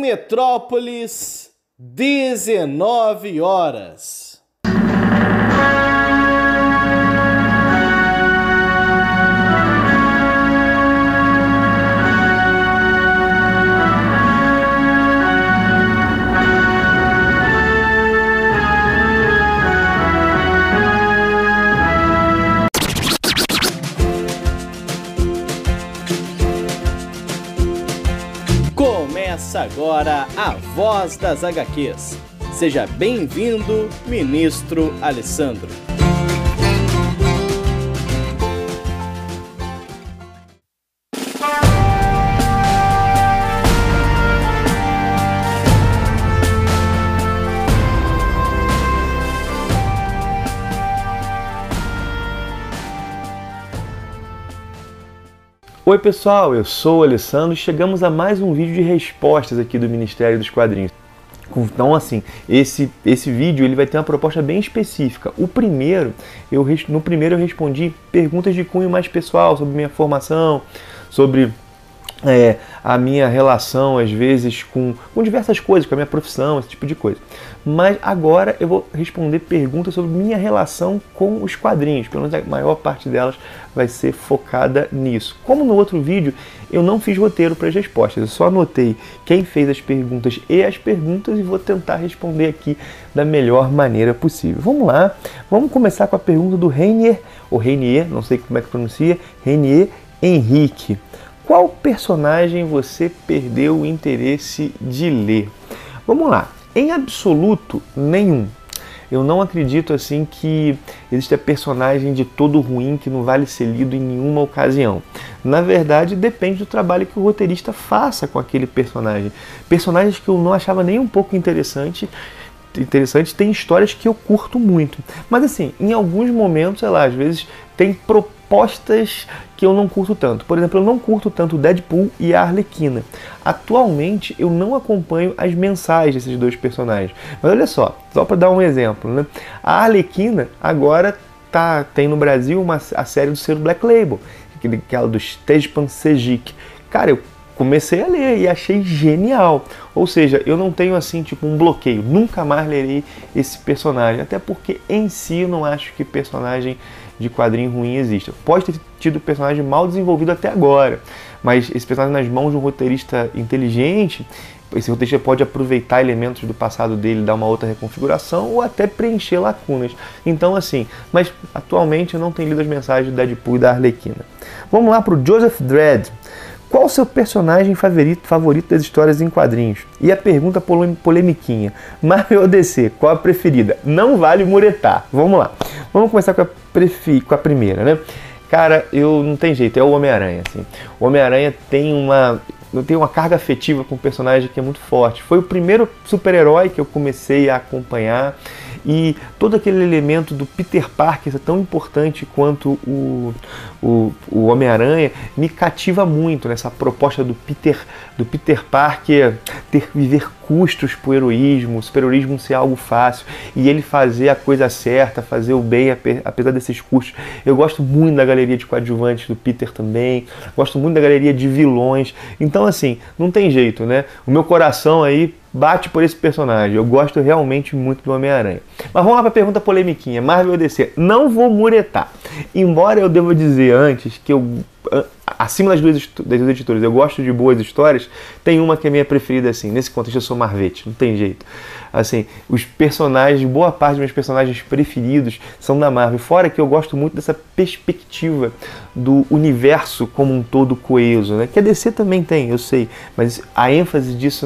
Metrópolis, 19 horas. Começa agora a Voz das HQs. Seja bem-vindo, Ministro Alessandro. Oi pessoal, eu sou o Alessandro e chegamos a mais um vídeo de respostas aqui do Ministério dos Quadrinhos. Então assim, esse vídeo ele vai ter uma proposta bem específica. No primeiro eu respondi perguntas de cunho mais pessoal, sobre minha formação, sobre a minha relação às vezes com diversas coisas, com a minha profissão, esse tipo de coisa. Mas agora eu vou responder perguntas sobre minha relação com os quadrinhos, pelo menos a maior parte delas vai ser focada nisso. Como no outro vídeo eu não fiz roteiro para as respostas, eu só anotei quem fez as perguntas e vou tentar responder aqui da melhor maneira possível. Vamos lá, vamos começar com a pergunta do Reinier, ou Reinier, não sei como é que pronuncia, Reinier Henrique. Qual personagem você perdeu o interesse de ler? Vamos lá. Em absoluto, nenhum. Eu não acredito assim que existe personagem de todo ruim que não vale ser lido em nenhuma ocasião. Na verdade, depende do trabalho que o roteirista faça com aquele personagem. Personagens que eu não achava nem um pouco interessante, tem histórias que eu curto muito. Mas assim, em alguns momentos, sei lá, às vezes tem propostas que eu não curto tanto. Por exemplo, eu não curto tanto Deadpool e a Arlequina. Atualmente, eu não acompanho as mensais desses dois personagens. Mas olha só para dar um exemplo, né? A Arlequina agora tem no Brasil a série do selo Black Label, aquela do Stepan Sejic. Cara, eu comecei a ler e achei genial. Ou seja, eu não tenho assim tipo um bloqueio, nunca mais lerei esse personagem, até porque em si eu não acho que personagem de quadrinho ruim exista. Pode ter tido personagem mal desenvolvido até agora, mas esse personagem nas mãos de um roteirista inteligente, esse roteirista pode aproveitar elementos do passado dele, dar uma outra reconfiguração ou até preencher lacunas. Então assim, mas atualmente eu não tenho lido as mensagens do Deadpool e da Arlequina. Vamos lá para o Joseph Dredd. Qual o seu personagem favorito das histórias em quadrinhos? E a pergunta polemiquinha. Marvel ou DC? Qual a preferida? Não vale muretar. Vamos lá. Vamos começar com a primeira, né? Cara, não tem jeito, é o Homem-Aranha. Assim. O Homem-Aranha tem uma carga afetiva com o personagem que é muito forte. Foi o primeiro super-herói que eu comecei a acompanhar. E todo aquele elemento do Peter Parker é tão importante quanto o Homem-Aranha me cativa muito nessa proposta do Peter Parker viver custos pro heroísmo, o super-heroísmo ser algo fácil e ele fazer a coisa certa, fazer o bem apesar desses custos. Eu gosto muito da galeria de coadjuvantes do Peter também, gosto muito da galeria de vilões. Então assim, não tem jeito, né? O meu coração aí bate por esse personagem. Eu gosto realmente muito do Homem-Aranha. Mas vamos lá para a pergunta polemiquinha. Marvel ou DC? Não vou muretar. Embora eu deva dizer antes que acima das duas editoras, eu gosto de boas histórias, tem uma que é minha preferida, assim, nesse contexto eu sou Marvete, não tem jeito. Assim, os personagens, boa parte dos meus personagens preferidos são da Marvel, fora que eu gosto muito dessa perspectiva do universo como um todo coeso, né? Que a DC também tem, eu sei, mas a ênfase disso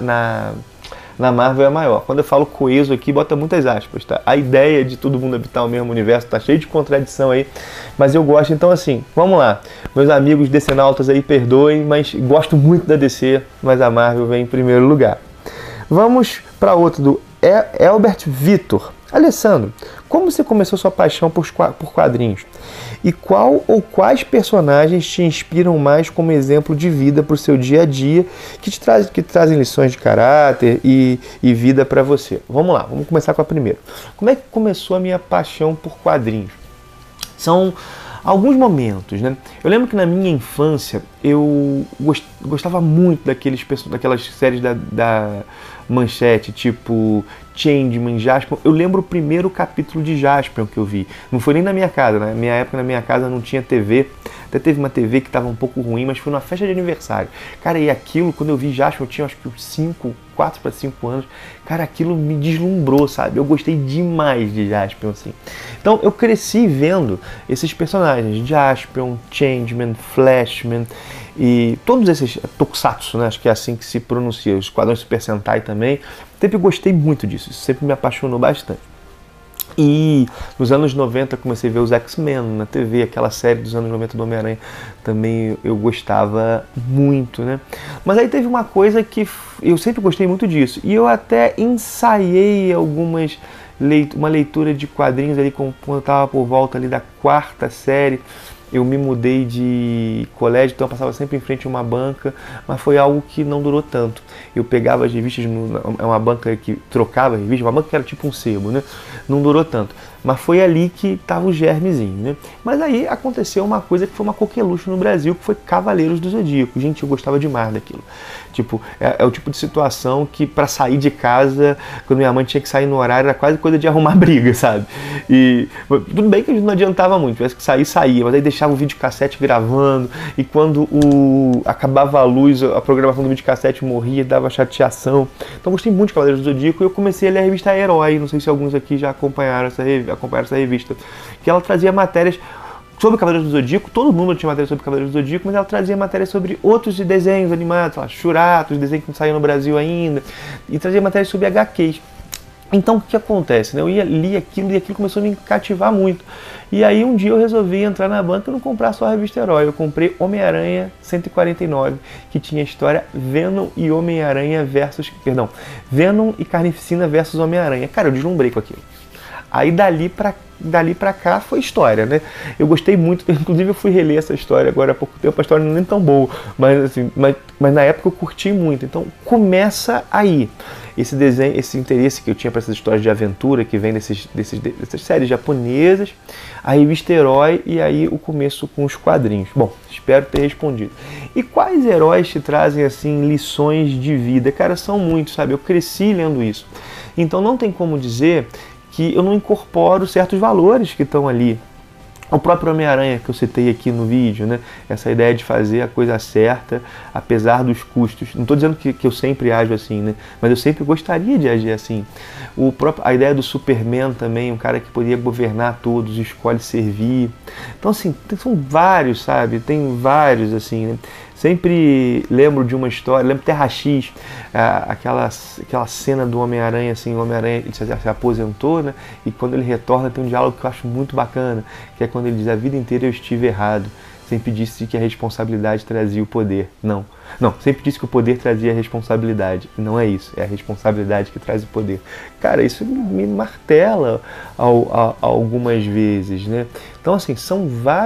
na Marvel é maior. Quando eu falo coeso aqui, bota muitas aspas, tá? A ideia de todo mundo habitar o mesmo universo tá cheio de contradição aí, mas eu gosto. Então assim, vamos lá. Meus amigos decenautas aí, perdoem, mas gosto muito da DC, mas a Marvel vem em primeiro lugar. Vamos para outro do Elbert Vitor. Alessandro, como você começou sua paixão por quadrinhos? E qual ou quais personagens te inspiram mais como exemplo de vida para o seu dia a dia, que trazem lições de caráter e vida para você? Vamos lá, vamos começar com a primeira. Como é que começou a minha paixão por quadrinhos? São alguns momentos, né? Eu lembro que na minha infância eu gostava muito daquelas séries da Manchete, tipo Changeman, Jaspion. Eu lembro o primeiro capítulo de Jaspion que eu vi. Não foi nem na minha casa, na minha época, na minha casa não tinha TV. Até teve uma TV que estava um pouco ruim, mas foi numa festa de aniversário. Cara, e aquilo, quando eu vi Jaspion, eu tinha acho que 4 para 5 anos. Cara, aquilo me deslumbrou, sabe? Eu gostei demais de Jaspion, assim. Então, eu cresci vendo esses personagens, Jaspion, Changeman, Flashman, e todos esses Tokusatsu, né? Acho que é assim que se pronuncia, os Esquadrões Super Sentai também. Sempre gostei muito disso, isso sempre me apaixonou bastante. E nos anos 90 comecei a ver os X-Men na TV, aquela série dos anos 90 do Homem-Aranha também eu gostava muito, né? Mas aí teve uma coisa que eu sempre gostei muito disso, e eu até ensaiei uma leitura de quadrinhos ali quando eu estava por volta ali da 4ª série. Eu me mudei de colégio, então eu passava sempre em frente a uma banca, mas foi algo que não durou tanto. Eu pegava as revistas, é uma banca que trocava revistas, uma banca que era tipo um sebo, né? Não durou tanto. Mas foi ali que estava o germezinho, né? Mas aí aconteceu uma coisa que foi uma coqueluche no Brasil, que foi Cavaleiros do Zodíaco. Gente, eu gostava demais daquilo. Tipo, é o tipo de situação que para sair de casa, quando minha mãe tinha que sair no horário, era quase coisa de arrumar briga, sabe? E tudo bem que a gente não adiantava muito, tivesse que sair, saía, mas aí deixava o videocassete gravando, e quando acabava a luz, a programação do videocassete morria, dava chateação. Então eu gostei muito de Cavaleiros do Zodíaco, e eu comecei a ler a revista Herói, não sei se alguns aqui já acompanharam essa revista, que ela trazia matérias sobre Cavaleiros do Zodíaco. Todo mundo tinha matéria sobre Cavaleiros do Zodíaco, mas ela trazia matérias sobre outros desenhos animados, sei lá, Churatos, desenhos que não saíam no Brasil ainda, e trazia matérias sobre HQs. Então o que acontece, né? Eu li aquilo e aquilo começou a me cativar muito. E aí um dia eu resolvi entrar na banca e não comprar só a revista Herói. Eu comprei Homem-Aranha 149, que tinha a história Venom e Homem-Aranha Venom e Carnificina versus Homem-Aranha. Cara, eu deslumbrei com aquilo. Aí dali pra cá foi história, né? Eu gostei muito, inclusive eu fui reler essa história agora há pouco tempo, a história não é nem tão boa, mas assim, mas na época eu curti muito. Então começa aí esse desenho, esse interesse que eu tinha para essas histórias de aventura que vem dessas séries japonesas, a revista Herói, e aí o começo com os quadrinhos. Bom, espero ter respondido. E quais heróis te trazem assim lições de vida? Cara, são muitos, sabe? Eu cresci lendo isso. Então não tem como dizer que eu não incorporo certos valores que estão ali. O próprio Homem-Aranha que eu citei aqui no vídeo, né? Essa ideia de fazer a coisa certa, apesar dos custos. Não estou dizendo que eu sempre ajo assim, né? Mas eu sempre gostaria de agir assim. A ideia do Superman também, um cara que poderia governar todos, escolhe servir. Então, assim, são vários, sabe? Tem vários, assim, né? Sempre lembro de uma história, lembro Terra X, aquela cena do Homem-Aranha, assim, o Homem-Aranha ele se aposentou, né? E quando ele retorna tem um diálogo que eu acho muito bacana, que é quando ele diz: a vida inteira eu estive errado, sempre disse que a responsabilidade trazia o poder. Não, sempre disse que o poder trazia a responsabilidade. Não é isso, é a responsabilidade que traz o poder. Cara, isso me martela algumas vezes, né? Então, assim, são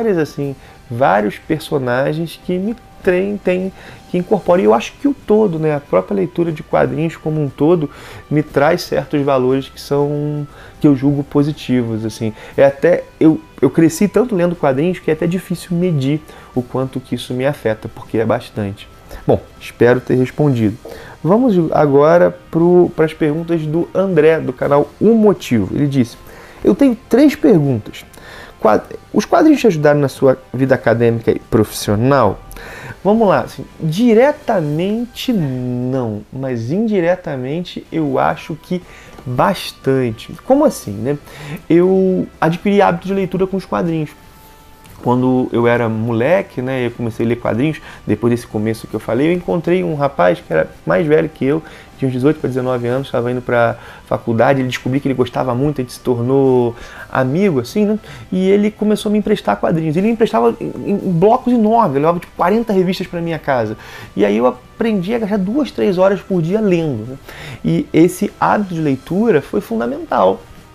vários personagens que me tem que incorporar, e eu acho que o todo, né, a própria leitura de quadrinhos como um todo me traz certos valores que eu julgo positivos, assim. Eu cresci tanto lendo quadrinhos que é até difícil medir o quanto que isso me afeta, porque é bastante. Bom, espero ter respondido. Vamos agora para as perguntas do André, do canal Um Motivo. Ele disse: eu tenho 3 perguntas. Os quadrinhos te ajudaram na sua vida acadêmica e profissional? Vamos lá, assim, diretamente não, mas indiretamente eu acho que bastante. Como assim, né? Eu adquiri hábito de leitura com os quadrinhos. Quando eu era moleque, né, eu comecei a ler quadrinhos, depois desse começo que eu falei, eu encontrei um rapaz que era mais velho que eu, tinha uns 18 para 19 anos, estava indo para a faculdade, ele descobriu que ele gostava muito, a gente se tornou amigo, assim, né, e ele começou a me emprestar quadrinhos. Ele me emprestava em blocos enormes, ele levava tipo 40 revistas para minha casa, e aí eu aprendi a gastar 2, 3 horas por dia lendo, né, e esse hábito de leitura foi fundamental.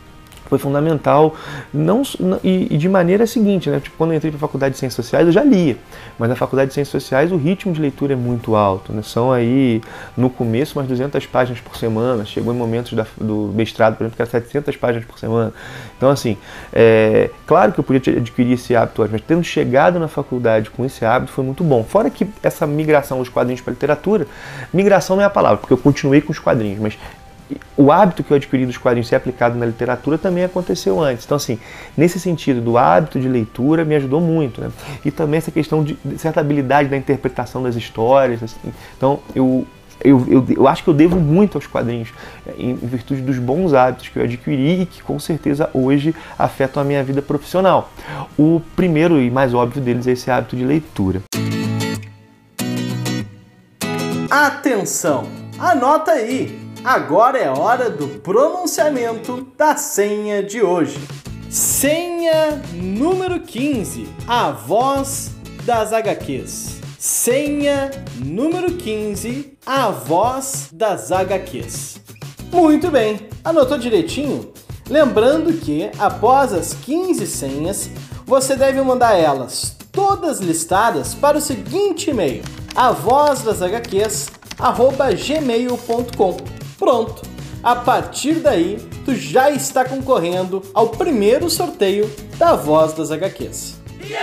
foi fundamental, e de maneira seguinte, né? Tipo, quando eu entrei para a faculdade de Ciências Sociais, eu já lia, mas na faculdade de Ciências Sociais o ritmo de leitura é muito alto, né? São aí, no começo, umas 200 páginas por semana, chegou em momentos do mestrado, por exemplo, que era 700 páginas por semana. Então, assim, claro que eu podia adquirir esse hábito hoje, mas tendo chegado na faculdade com esse hábito foi muito bom. Fora que essa migração dos quadrinhos para a literatura, migração não é a palavra, porque eu continuei com os quadrinhos, mas o hábito que eu adquiri dos quadrinhos ser aplicado na literatura também aconteceu antes. Então, assim, nesse sentido do hábito de leitura me ajudou muito, né? E também essa questão de certa habilidade da interpretação das histórias, assim. Então, eu acho que eu devo muito aos quadrinhos, em virtude dos bons hábitos que eu adquiri e que com certeza hoje afetam a minha vida profissional. O primeiro e mais óbvio deles é esse hábito de leitura. Atenção! Anota aí! Agora é hora do pronunciamento da senha de hoje. Senha número 15. A voz das HQs. Senha número 15. A voz das HQs. Muito bem, anotou direitinho? Lembrando que, após as 15 senhas, você deve mandar elas todas listadas para o seguinte e-mail: avozdashqs@gmail.com. Pronto! A partir daí, tu já está concorrendo ao primeiro sorteio da Voz das HQs.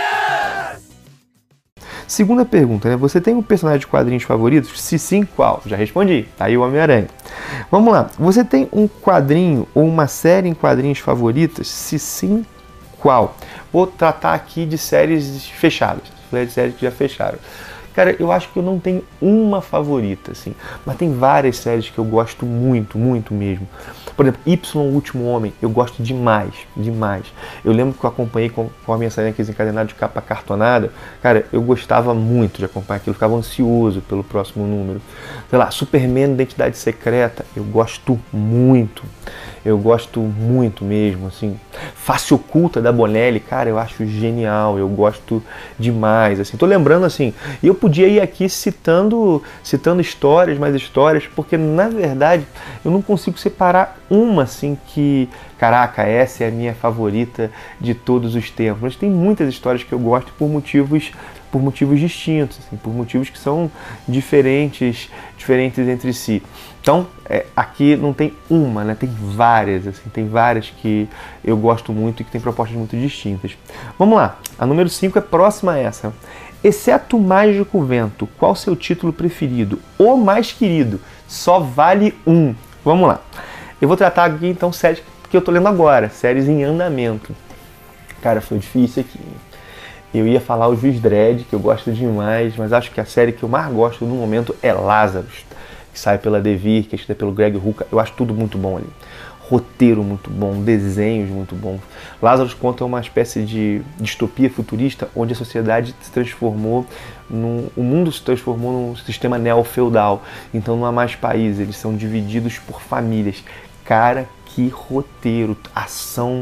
Yes! Segunda pergunta, né? Você tem um personagem de quadrinhos favoritos? Se sim, qual? Já respondi. Tá aí o Homem-Aranha. Vamos lá. Você tem um quadrinho ou uma série em quadrinhos favoritas? Se sim, qual? Vou tratar aqui de séries fechadas. De séries que já fecharam. Cara, eu acho que eu não tenho uma favorita, assim, mas tem várias séries que eu gosto muito, muito mesmo. Por exemplo, Y, o Último Homem, eu gosto demais, demais. Eu lembro que eu acompanhei com a minha série aqui encadenada de capa cartonada. Cara, eu gostava muito de acompanhar aquilo, eu ficava ansioso pelo próximo número. Sei lá, Superman, Identidade Secreta, eu gosto muito. Eu gosto muito mesmo, assim. Face Oculta da Bonelli, cara, eu acho genial, eu gosto demais, assim. Tô lembrando, assim, e eu podia ir aqui citando histórias, mais histórias, porque, na verdade, eu não consigo separar uma, assim, que, caraca, essa é a minha favorita de todos os tempos. Mas tem muitas histórias que eu gosto por motivos distintos, assim, por motivos que são diferentes entre si. Então, aqui não tem uma, né? Tem várias, assim, tem várias que eu gosto muito e que tem propostas muito distintas. Vamos lá, a número 5 é próxima a essa. Exceto o Mágico Vento, qual seu título preferido? O mais querido, só vale um. Vamos lá. Eu vou tratar aqui, então, séries que eu tô lendo agora, séries em andamento. Cara, foi difícil aqui. Eu ia falar o Juiz Dredd, que eu gosto demais, mas acho que a série que eu mais gosto no momento é Lazarus, que sai pela Devir, que é escrita pelo Greg Rucka. Eu acho tudo muito bom ali. Roteiro muito bom, desenhos muito bons. Lazarus conta uma espécie de distopia futurista onde a sociedade se transformou, o mundo se transformou num sistema neo-feudal. Então não há mais países, eles são divididos por famílias. Cara, que roteiro, a ação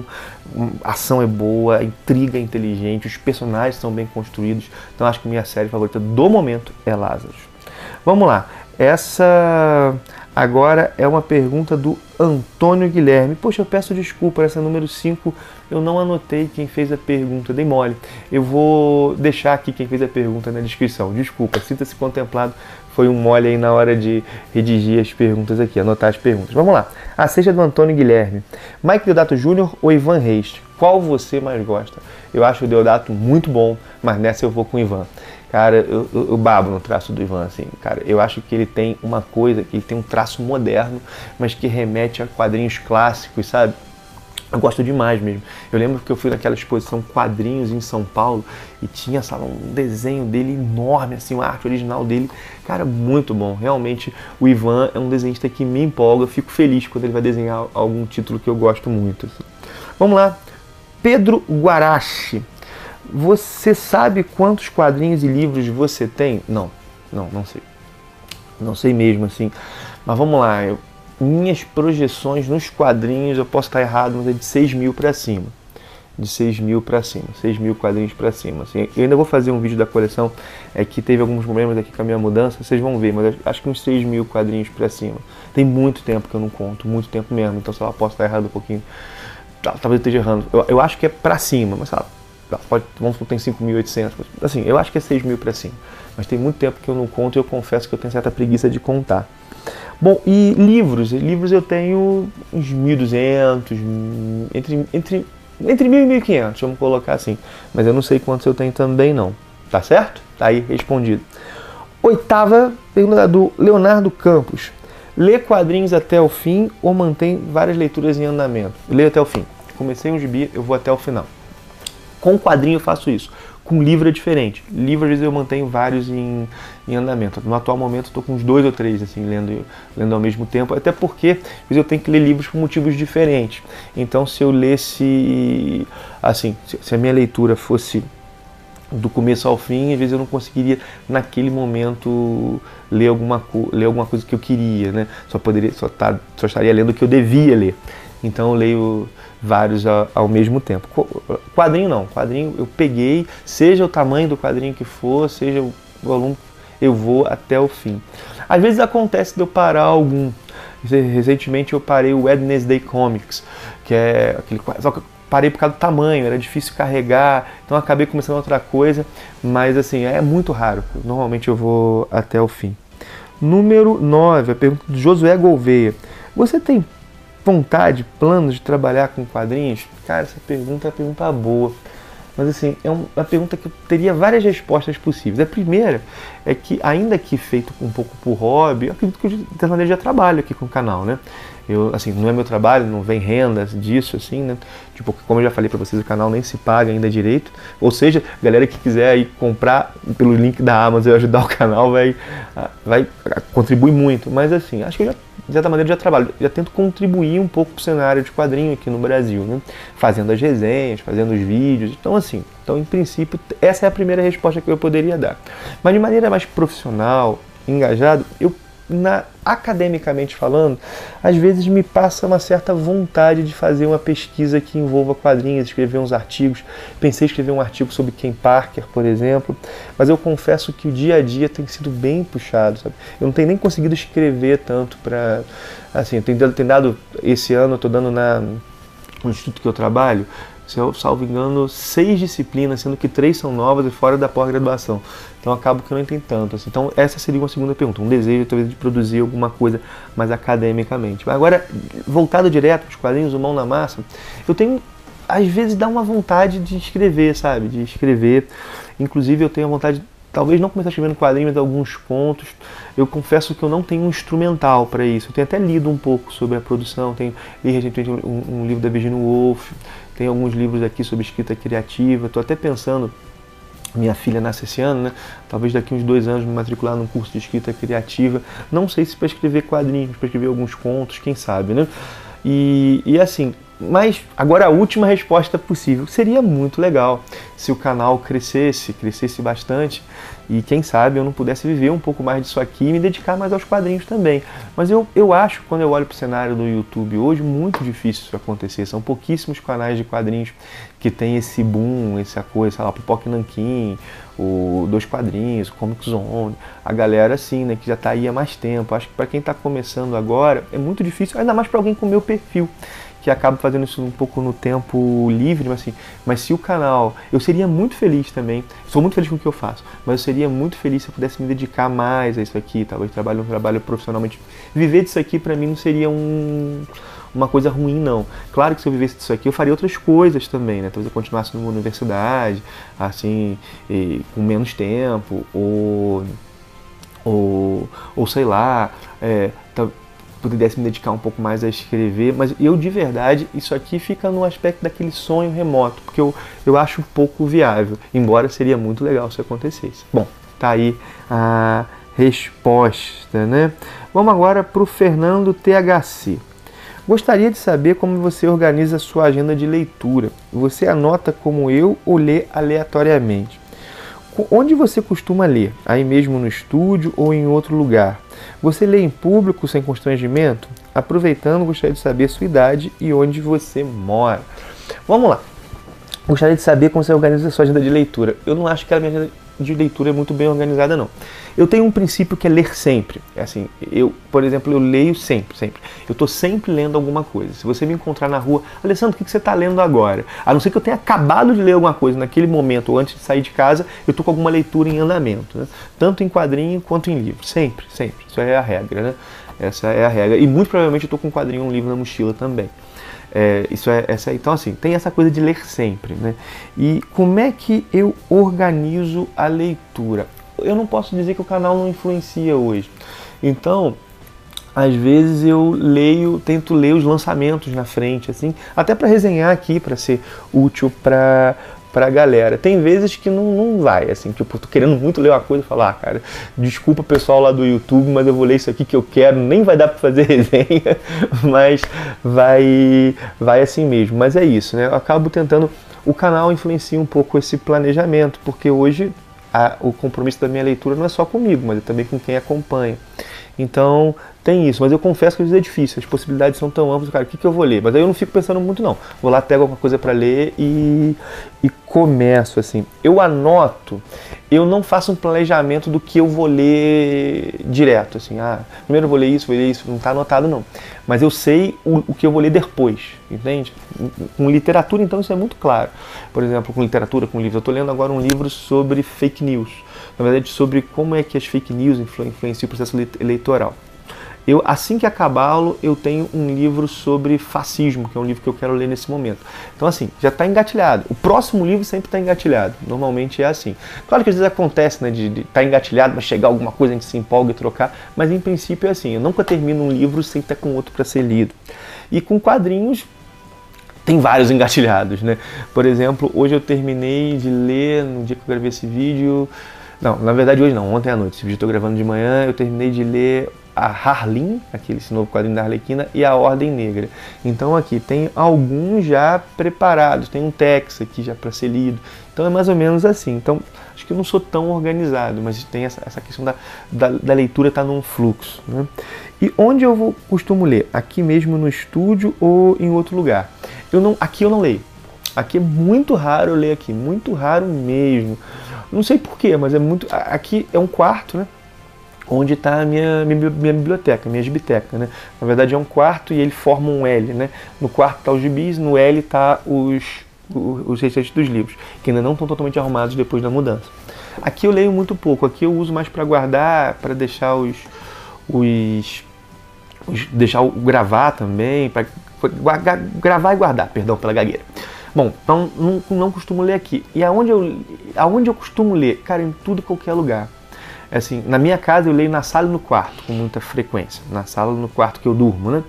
é boa, a intriga é inteligente, os personagens são bem construídos. Então acho que minha série favorita do momento é Lazarus. Vamos lá, essa agora é uma pergunta do Antônio Guilherme. Poxa, eu peço desculpa, essa número 5 eu não anotei quem fez a pergunta, dei mole. Eu vou deixar aqui quem fez a pergunta na descrição. Desculpa, sinta-se contemplado. Foi um mole aí na hora de redigir as perguntas aqui, anotar as perguntas. Vamos lá. A sexta é do Antônio Guilherme. Mike Deodato Jr. ou Ivan Reis? Qual você mais gosta? Eu acho o Deodato muito bom, mas nessa eu vou com o Ivan. Cara, eu babo no traço do Ivan, assim, cara. Eu acho que ele tem uma coisa, que ele tem um traço moderno, mas que remete a quadrinhos clássicos, sabe? Eu gosto demais mesmo. Eu lembro que eu fui naquela exposição Quadrinhos em São Paulo e tinha, sabe, um desenho dele enorme, assim, uma arte original dele. Cara, muito bom. Realmente, o Ivan é um desenhista que me empolga. Eu fico feliz quando ele vai desenhar algum título que eu gosto muito, assim. Vamos lá. Pedro Guarachi. Você sabe quantos quadrinhos e livros você tem? Não sei. Não sei mesmo, assim. Mas vamos lá. Minhas projeções nos quadrinhos, eu posso estar errado, mas é de 6 mil para cima. De 6 mil para cima. 6 mil quadrinhos para cima. Assim, eu ainda vou fazer um vídeo da coleção, que teve alguns problemas aqui com a minha mudança, vocês vão ver, mas acho que uns 6 mil quadrinhos para cima. Tem muito tempo que eu não conto, muito tempo mesmo, então sei lá, posso estar errado um pouquinho. talvez eu esteja errando, eu acho que é para cima, mas sei lá, vamos supor que tem 5.800, assim, eu acho que é 6.000 para cima, mas tem muito tempo que eu não conto e eu confesso que eu tenho certa preguiça de contar. Bom, e livros eu tenho uns 1.200, entre 1.000 e 1.500, vamos colocar assim, mas eu não sei quantos eu tenho também não, tá certo? Tá aí respondido. 8ª pergunta do Leonardo Campos. Lê quadrinhos até o fim ou mantém várias leituras em andamento? Eu leio até o fim. Comecei um gibi, eu vou até o final. Com quadrinho eu faço isso. Com livro é diferente. Livro, às vezes, eu mantenho vários em andamento. No atual momento, estou com uns 2 ou 3, assim, lendo ao mesmo tempo. Até porque, às vezes, eu tenho que ler livros por motivos diferentes. Então, se eu lesse, assim, se a minha leitura fosse do começo ao fim, às vezes eu não conseguiria, naquele momento, ler alguma coisa que eu queria, né? Só estaria lendo o que eu devia ler. Então, eu leio vários ao mesmo tempo. Quadrinho não, quadrinho eu peguei, seja o tamanho do quadrinho que for, seja o volume, eu vou até o fim. Às vezes acontece de eu parar algum. Recentemente eu parei o Wednesday Comics, que é aquele, só que eu parei por causa do tamanho, era difícil carregar, então acabei começando outra coisa, mas assim, é muito raro, normalmente eu vou até o fim. Número 9, a pergunta do Josué Gouveia. Você tem vontade, planos de trabalhar com quadrinhos? Cara, essa pergunta é uma pergunta boa. Mas assim, é uma pergunta que eu teria várias respostas possíveis. A primeira é que, ainda que feito um pouco por hobby, eu acredito que eu, de certa maneira, já trabalho aqui com o canal, né? Eu, assim, não é meu trabalho, não vem renda disso, assim, né? Tipo, como eu já falei pra vocês, o canal nem se paga ainda direito. Ou seja, galera que quiser aí comprar pelo link da Amazon e ajudar o canal vai contribuir muito. Mas assim, acho que eu já, de certa maneira, já trabalho. Já tento contribuir um pouco pro cenário de quadrinho aqui no Brasil, né? Fazendo as resenhas, fazendo os vídeos. Então, assim, em princípio, essa é a primeira resposta que eu poderia dar. Mas de maneira mais profissional, engajado, academicamente falando, às vezes me passa uma certa vontade de fazer uma pesquisa que envolva quadrinhos, escrever uns artigos. Pensei em escrever um artigo sobre Ken Parker, por exemplo, mas eu confesso que o dia a dia tem sido bem puxado, sabe? Eu não tenho nem conseguido escrever tanto para... Assim, eu tenho dado, esse ano eu estou dando no instituto que eu trabalho, se eu salvo engano, 6 disciplinas, sendo que 3 são novas e fora da pós-graduação. Então acabo que eu não entendo tanto. Assim. Então essa seria uma segunda pergunta, um desejo talvez de produzir alguma coisa mais academicamente. Mas agora, voltado direto para os quadrinhos, o mão na massa, eu tenho, às vezes dá uma vontade de escrever, sabe? De escrever. Inclusive eu tenho a vontade, talvez não começar escrevendo quadrinhos, mas alguns contos. Eu confesso que eu não tenho um instrumental para isso. Eu tenho até lido um pouco sobre a produção, li recentemente um livro da Virginia Woolf, tem alguns livros aqui sobre escrita criativa. Estou até pensando, minha filha nasce esse ano, né? Talvez daqui uns 2 anos me matricular num curso de escrita criativa. Não sei se para escrever quadrinhos, para escrever alguns contos, quem sabe, né? E assim, mas agora a última resposta possível. Seria muito legal se o canal crescesse bastante e quem sabe eu não pudesse viver um pouco mais disso aqui e me dedicar mais aos quadrinhos também. Mas eu acho, quando eu olho para o cenário do YouTube hoje, muito difícil isso acontecer. São pouquíssimos canais de quadrinhos que tem esse boom, essa coisa, sei lá, Pipoca Nanquim, o Dois Quadrinhos, o Comic Zone, a galera assim, né, que já está aí há mais tempo. Acho que para quem está começando agora é muito difícil, ainda mais para alguém com o meu perfil, que acaba fazendo isso um pouco no tempo livre, mas se o canal... Eu seria muito feliz também, sou muito feliz com o que eu faço, mas eu seria muito feliz se eu pudesse me dedicar mais a isso aqui, talvez trabalho profissionalmente. Viver disso aqui para mim não seria uma coisa ruim, não. Claro que se eu vivesse disso aqui, eu faria outras coisas também, né? Talvez eu continuasse numa universidade, assim, com menos tempo, ou sei lá, pudesse me dedicar um pouco mais a escrever, mas eu de verdade, isso aqui fica no aspecto daquele sonho remoto, porque eu acho pouco viável, embora seria muito legal se acontecesse. Bom, tá aí a resposta, né? Vamos agora para o Fernando THC. Gostaria de saber como você organiza a sua agenda de leitura. Você anota como eu ou lê aleatoriamente? Onde você costuma ler? Aí mesmo no estúdio ou em outro lugar? Você lê em público sem constrangimento? Aproveitando, gostaria de saber sua idade e onde você mora. Vamos lá. Gostaria de saber como você organiza a sua agenda de leitura. Eu não acho que a minha agenda de leitura é muito bem organizada, não. Eu tenho um princípio que é ler sempre. É assim, por exemplo, eu leio sempre. Eu estou sempre lendo alguma coisa. Se você me encontrar na rua, Alessandro, o que você está lendo agora? A não ser que eu tenha acabado de ler alguma coisa naquele momento, ou antes de sair de casa, eu estou com alguma leitura em andamento, né? Tanto em quadrinho quanto em livro. Sempre. Isso é a regra, né? Essa é a regra. E muito provavelmente eu estou com um quadrinho ou um livro na mochila também. Então assim, tem essa coisa de ler sempre, né? E como é que eu organizo a leitura? Eu não posso dizer que o canal não influencia hoje. Então, às vezes eu tento ler os lançamentos na frente, assim, até para resenhar aqui, para ser útil para a galera. Tem vezes que não vai, assim, tipo, eu tô querendo muito ler uma coisa e falar, cara, desculpa o pessoal lá do YouTube, mas eu vou ler isso aqui que eu quero, nem vai dar para fazer resenha, mas vai assim mesmo. Mas é isso, né? Eu acabo tentando, o canal influencia um pouco esse planejamento, porque hoje o compromisso da minha leitura não é só comigo, mas é também com quem acompanha. Então, tem isso, mas eu confesso que às vezes é difícil, as possibilidades são tão amplas, cara, o que eu vou ler? Mas aí eu não fico pensando muito não, vou lá, pego alguma coisa para ler e começo, assim. Eu anoto, eu não faço um planejamento do que eu vou ler direto, assim, primeiro eu vou ler isso, não está anotado não. Mas eu sei o que eu vou ler depois, entende? Com literatura, então, isso é muito claro. Por exemplo, com literatura, com livro, eu estou lendo agora um livro sobre fake news, na verdade sobre como é que as fake news influenciam o processo eleitoral. Assim que acabá-lo, eu tenho um livro sobre fascismo, que é um livro que eu quero ler nesse momento. Então, assim, já está engatilhado. O próximo livro sempre está engatilhado. Normalmente é assim. Claro que às vezes acontece, né, de estar engatilhado, mas chegar alguma coisa, a gente se empolga e trocar. Mas, em princípio, é assim. Eu nunca termino um livro sem estar com outro para ser lido. E com quadrinhos, tem vários engatilhados, né? Por exemplo, hoje eu terminei de ler, no dia que eu gravei esse vídeo... Não, na verdade hoje não, ontem à noite. Esse vídeo eu estou gravando de manhã, eu terminei de ler a Harleen, esse novo quadrinho da Arlequina, e a Ordem Negra. Então aqui tem alguns já preparados, tem um Tex aqui já para ser lido. Então é mais ou menos assim. Então acho que eu não sou tão organizado, mas tem essa questão da leitura estar num fluxo, né? E onde eu costumo ler? Aqui mesmo no estúdio ou em outro lugar? Aqui eu não leio. Aqui é muito raro eu ler aqui, muito raro mesmo. Não sei porquê, mas é muito... Aqui é um quarto, né? Onde está a minha biblioteca, minha gibiteca, né? Na verdade é um quarto e ele forma um L, né? No quarto está os gibis, no L está os restantes dos livros, que ainda não estão totalmente arrumados depois da mudança. Aqui eu leio muito pouco, aqui eu uso mais para guardar, para deixar deixar o gravar também, para gravar e guardar, perdão pela gagueira. Bom, então não costumo ler aqui. E aonde eu costumo ler? Cara, em tudo e qualquer lugar. Assim, na minha casa eu leio na sala e no quarto, com muita frequência. Na sala e no quarto que eu durmo, né?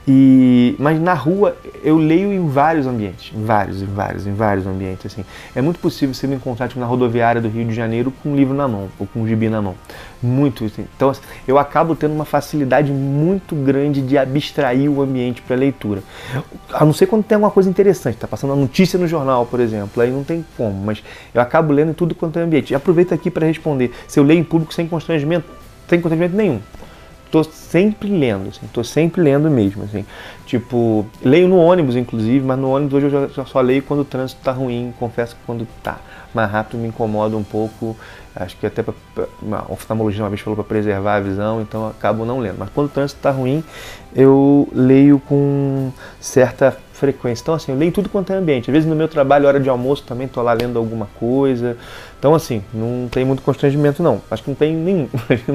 Mas na rua eu leio em vários ambientes, em vários ambientes, assim. É muito possível você me encontrar tipo, na rodoviária do Rio de Janeiro com um livro na mão, ou com um gibi na mão. Muito, assim. Então assim, eu acabo tendo uma facilidade muito grande de abstrair o ambiente para leitura. A não ser quando tem alguma coisa interessante, tá passando uma notícia no jornal, por exemplo, aí não tem como, mas eu acabo lendo em tudo quanto é ambiente. E aproveito aqui para responder, se eu leio em público sem constrangimento nenhum. Tô sempre lendo, assim, tô sempre lendo mesmo, assim. Tipo, leio no ônibus, inclusive, mas no ônibus hoje eu já só leio quando o trânsito tá ruim, confesso que quando tá mais rápido me incomoda um pouco, acho que até uma oftalmologista uma vez falou para preservar a visão, então eu acabo não lendo. Mas quando o trânsito tá ruim, eu leio com certa frequência. Então, assim, eu leio tudo quanto é ambiente. Às vezes no meu trabalho, hora de almoço, também tô lá lendo alguma coisa. Então, assim, não tem muito constrangimento, não. Acho que não tem nenhum. Acho que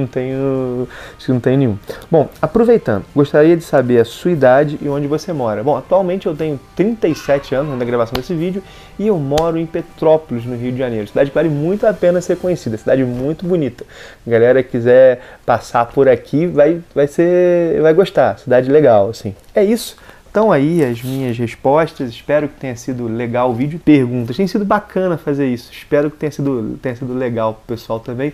não tem nenhum. Bom, aproveitando, gostaria de saber a sua idade e onde você mora. Bom, atualmente eu tenho 37 anos na gravação desse vídeo e eu moro em Petrópolis, no Rio de Janeiro. Cidade que vale muito a pena ser conhecida. Cidade muito bonita. A galera quiser passar por aqui, vai gostar. Cidade legal, assim. É isso. Então aí as minhas respostas, espero que tenha sido legal o vídeo. Perguntas, tem sido bacana fazer isso, espero que tenha sido legal pro pessoal também.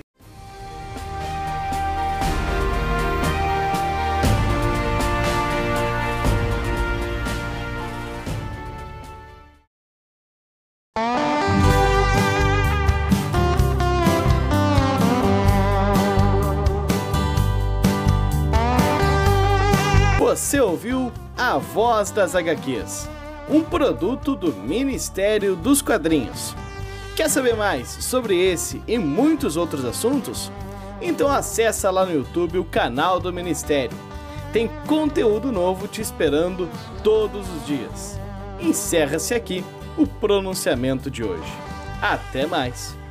Você ouviu A Voz das HQs. um produto do Ministério dos Quadrinhos. Quer saber mais sobre esse e muitos outros assuntos? Então acessa lá no YouTube o canal do Ministério. Tem conteúdo novo te esperando todos os dias. Encerra-se aqui o pronunciamento de hoje. Até mais!